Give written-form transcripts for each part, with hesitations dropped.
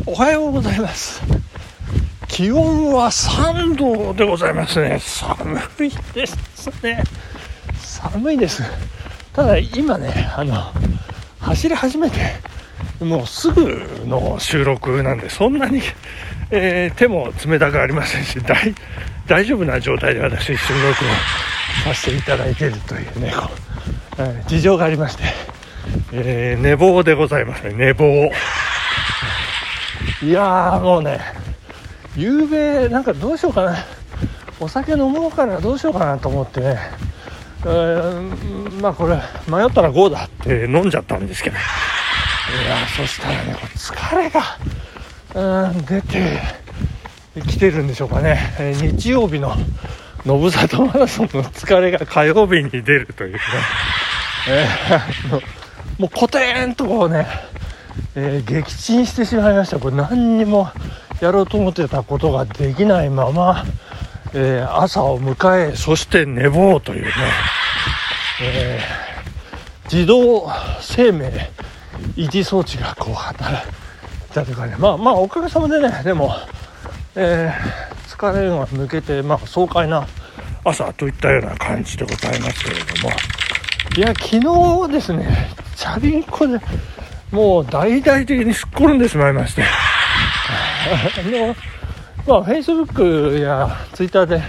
おはようございます。気温は3度でございますね。寒いですね。寒いです。ただ今ね、走り始めてもうすぐの収録なんで、そんなに、手も冷たくありませんし、大丈夫な状態で私収録をさせていただいているというね、事情がありまして、寝坊でございますね。寝坊。いやーもうね、夕べなんかどうしようかな、お酒飲もうかな、どうしようかなと思ってね、まあこれ迷ったら5だって飲んじゃったんですけど、いやそしたらね、疲れが出てきてるんでしょうかね。日曜日ののぶさとマラソンの疲れが火曜日に出るというね、もうコテーンとこうね、撃沈してしまいました。これ何にもやろうと思ってたことができないまま、朝を迎え、そして寝坊というね、自動生命維持装置がこう働いたというかね、まあおかげさまでね、でも、疲れが抜けて、爽快な朝といったような感じでございますけれども、いや昨日ですね、チャリンコでもう大々的にすっ転んでしまいまして、Facebook や Twitter で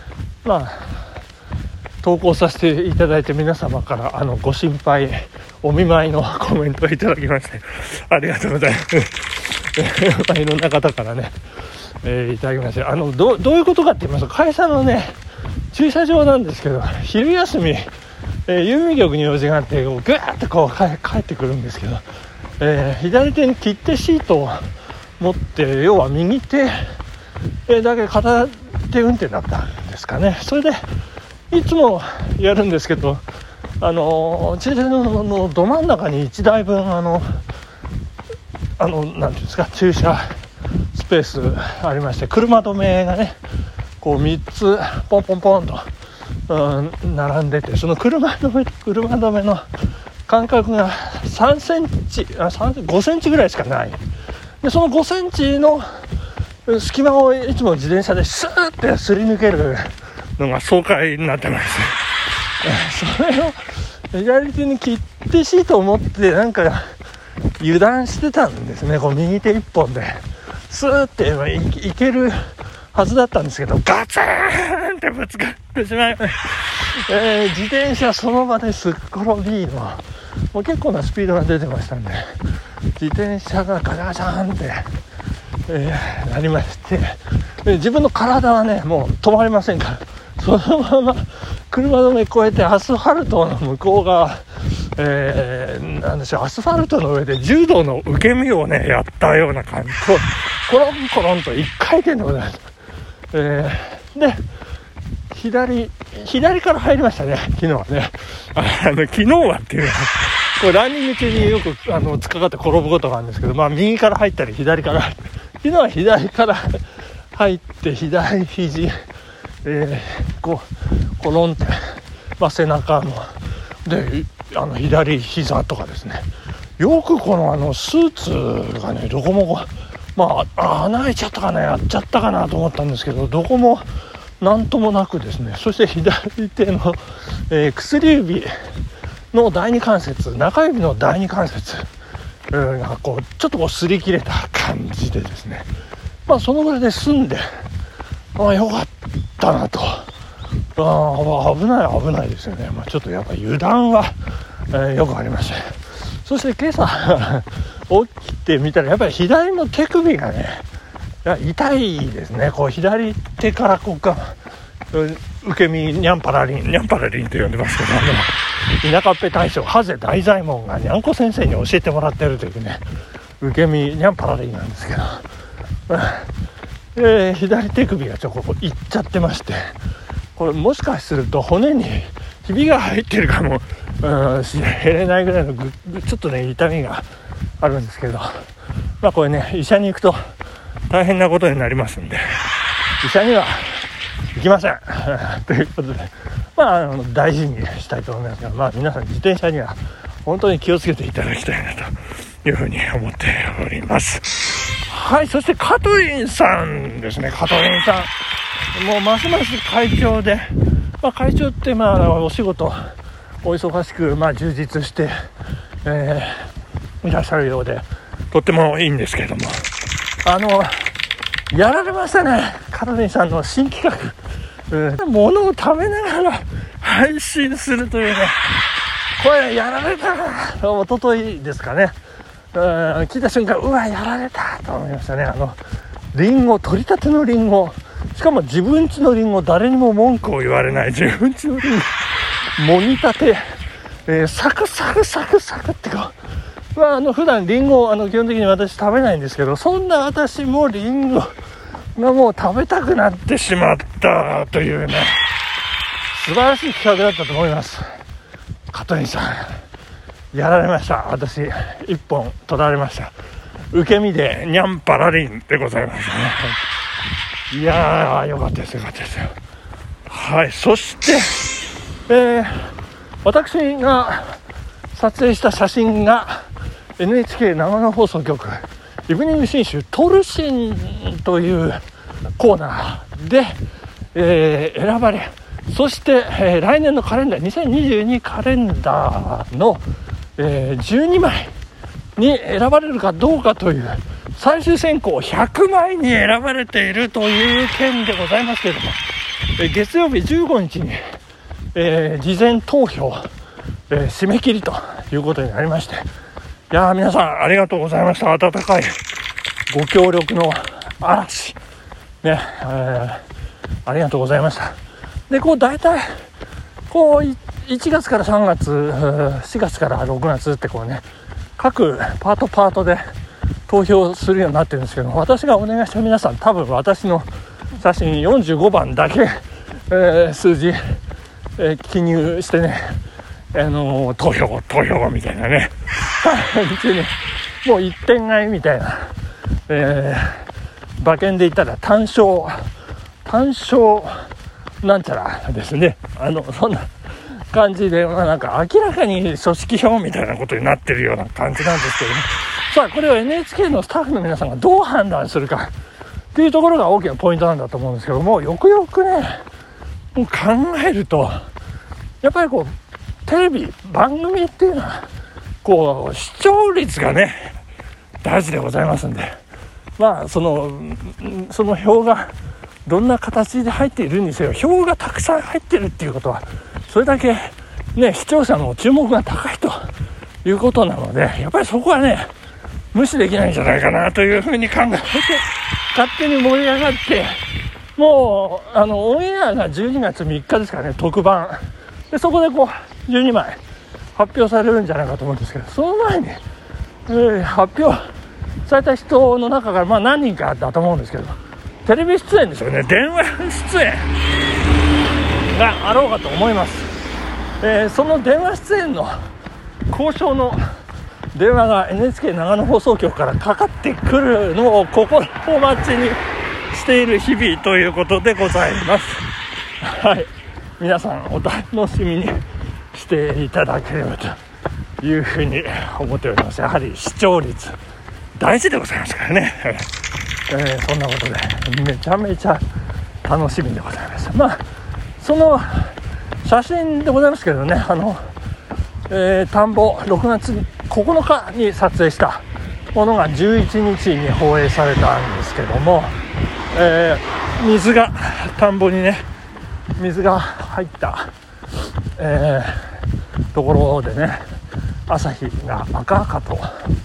投稿させていただいて、皆様からご心配お見舞いのコメントをいただきまして、ありがとうございますいろんな方からね、いただきまして、どういうことかって言いますと、会社のね駐車場なんですけど、昼休み、郵便局に用事があってぐわーってこう帰ってくるんですけど、左手に切手シートを持って、要は右手、だけ片手運転だったんですかね。それでいつもやるんですけど、駐車場のど真ん中に1台分なんていうんですか、駐車スペースありまして、車止めがねこう3つポンポンポンと、並んでて、その車止めの間隔が3センチ5センチぐらいしかないで、その5センチの隙間をいつも自転車でスーッてすり抜けるのが爽快になってます。それを左手に切手シートを持ってなんか油断してたんですね。こう右手一本でスーッていけるはずだったんですけど、ガツンってぶつかってしまいました。自転車その場ですっ転びの、もう結構なスピードが出てましたんで、自転車がガチャガチャンって、なりまして、自分の体はねもう止まりませんから、そのまま車止め越えてアスファルトの向こう側、なんでしょう、アスファルトの上で柔道の受け身をねやったような感じ、コロンコロンと1回転でございます。で左から入りましたね、昨日はね。昨日はっていうのはこれランニング中によく突っかかって転ぶことがあるんですけど、右から入ったり左から入って、昨日は左から入って左肘、こうコロンって、背中ので左膝とかですね、よくこのスーツがねどこも穴開いちゃったかな、やっちゃったかなと思ったんですけど、どこもなんともなくですね、そして左手の、薬指の第二関節、中指の第二関節がこうちょっと擦り切れた感じでですね、そのぐらいで済んで、よかったなと。危ないですよね。ちょっとやっぱ油断は、よくありました。そして今朝起きてみたら、やっぱり左の手首がね痛いですね。こう左手からこうか受け身ニャンパラリンと呼んでますけど、田舎っぺ大将ハゼ大左衛門がにゃんこ先生に教えてもらってるというね、受け身ニャンパラリンなんですけど、左手首がここいっちゃってまして、これもしかすると骨にひびが入ってるかもしれないぐらいのちょっとね痛みがあるんですけど、これね医者に行くと大変なことになりますんで、医者には行きませんということで、大事にしたいと思いますが、皆さん自転車には本当に気をつけていただきたいなというふうに思っております。 はい、そしてカトリンさんですね。カトリンさんもうますます会長で、会長ってお仕事お忙しく充実して、いらっしゃるようでとってもいいんですけれども、やられましたね、カトリンさんの新企画、物を食べながら配信するというね、これやられたな。一昨日ですかね、聞いた瞬間、うわやられたと思いましたね。リンゴ、取り立てのリンゴ、しかも自分家のリンゴ、誰にも文句を言われない自分家のリンゴ、もぎたて、サクサクサクサクって普段リンゴ基本的に私食べないんですけど、そんな私もリンゴがもう食べたくなってしまったというね、素晴らしい企画だったと思います。カトリンさんやられました。私一本取られました。受け身でニャンパラリンでございましたね。いやーよかったですよ。はい、そして、私が撮影した写真が NHK 長野放送局イブニング新春トルシンというコーナーで、選ばれ、そして、来年のカレンダー2022カレンダーの、12枚に選ばれるかどうかという最終選考100枚に選ばれているという件でございますけれども、月曜日15日に、事前投票、締め切りということになりまして、いや皆さんありがとうございました。温かいご協力の嵐ね、ありがとうございました。で大体1月から3月4月から6月って各パートで投票するようになってるんですけど、私がお願いした皆さん多分私の写真45番だけ、数字、記入してね、投票みたいなねもう一点買いみたいな、馬券で言ったら単勝なんちゃらですね。そんな感じで、なんか明らかに組織票みたいなことになってるような感じなんですけどね。さあこれを NHK のスタッフの皆さんがどう判断するかっていうところが大きなポイントなんだと思うんですけども、よくよくねもう考えると、やっぱりテレビ番組っていうのは視聴率がね大事でございますんで、その票がどんな形で入っているにせよ、票がたくさん入ってるっていうことはそれだけね視聴者の注目が高いということなので、やっぱりそこはね無視できないんじゃないかなというふうに考えて勝手に盛り上がって、もうオンエアが12月3日ですからね、特番で、そこで12枚発表されるんじゃないかと思うんですけど、その前に、発表された人の中から何人かだと思うんですけど、テレビ出演ですよね、電話出演があろうかと思います。その電話出演の交渉の電話が NHK 長野放送局からかかってくるのを心待ちにしている日々ということでございます。はい、皆さんお楽しみにしていただければというふうに思っております。やはり視聴率大事でございますからね、そんなことでめちゃめちゃ楽しみでございます。その写真でございますけどね、田んぼ6月9日に撮影したものが11日に放映されたんですけども、田んぼにね水が入った、ところでね、朝日が赤々と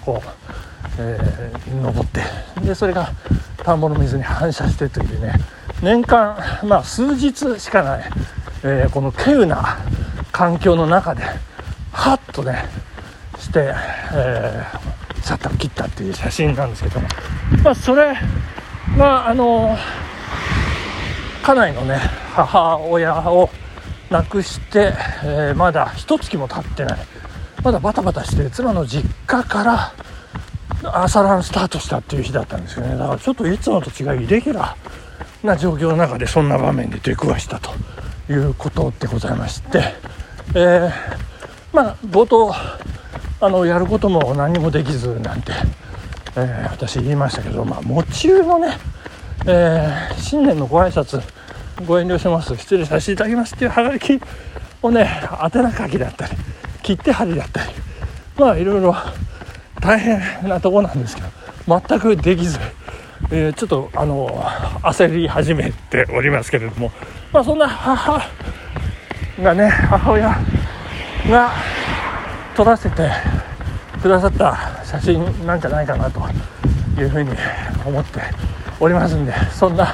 昇って、でそれが田んぼの水に反射してというね、年間数日しかない、この稀有な環境の中でハッとねして、シャッターを切ったっていう写真なんですけども、それは家内のね母親を亡くして、まだ1月も経ってない、まだバタバタして妻の実家から朝ランスタートしたっていう日だったんですよね。だからちょっといつもと違うイレギュラーな状況の中でそんな場面で出くわしたということでございまして、冒頭やることも何もできずなんて、 私言いましたけど、喪中のね、新年のご挨拶ご遠慮します、失礼させていただきますっていうはがきをね、宛名書きだったり切手貼りだったりいろいろ大変なとこなんですけど全くできず、ちょっと焦り始めておりますけれども、そんな母親が撮らせてくださった写真なんじゃないかなというふうに思っておりますんで、そんな、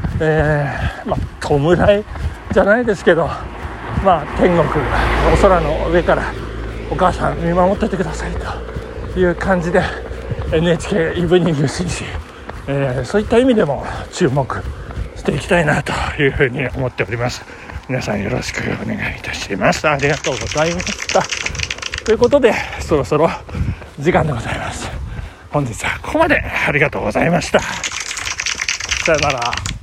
弔いじゃないですけど、天国お空の上からお母さん見守っててくださいという感じで NHK イブニング紳士、そういった意味でも注目していきたいなというふうに思っております。皆さんよろしくお願いいたします。ありがとうございました。ということでそろそろ時間でございます。本日はここまで。ありがとうございました。さよなら。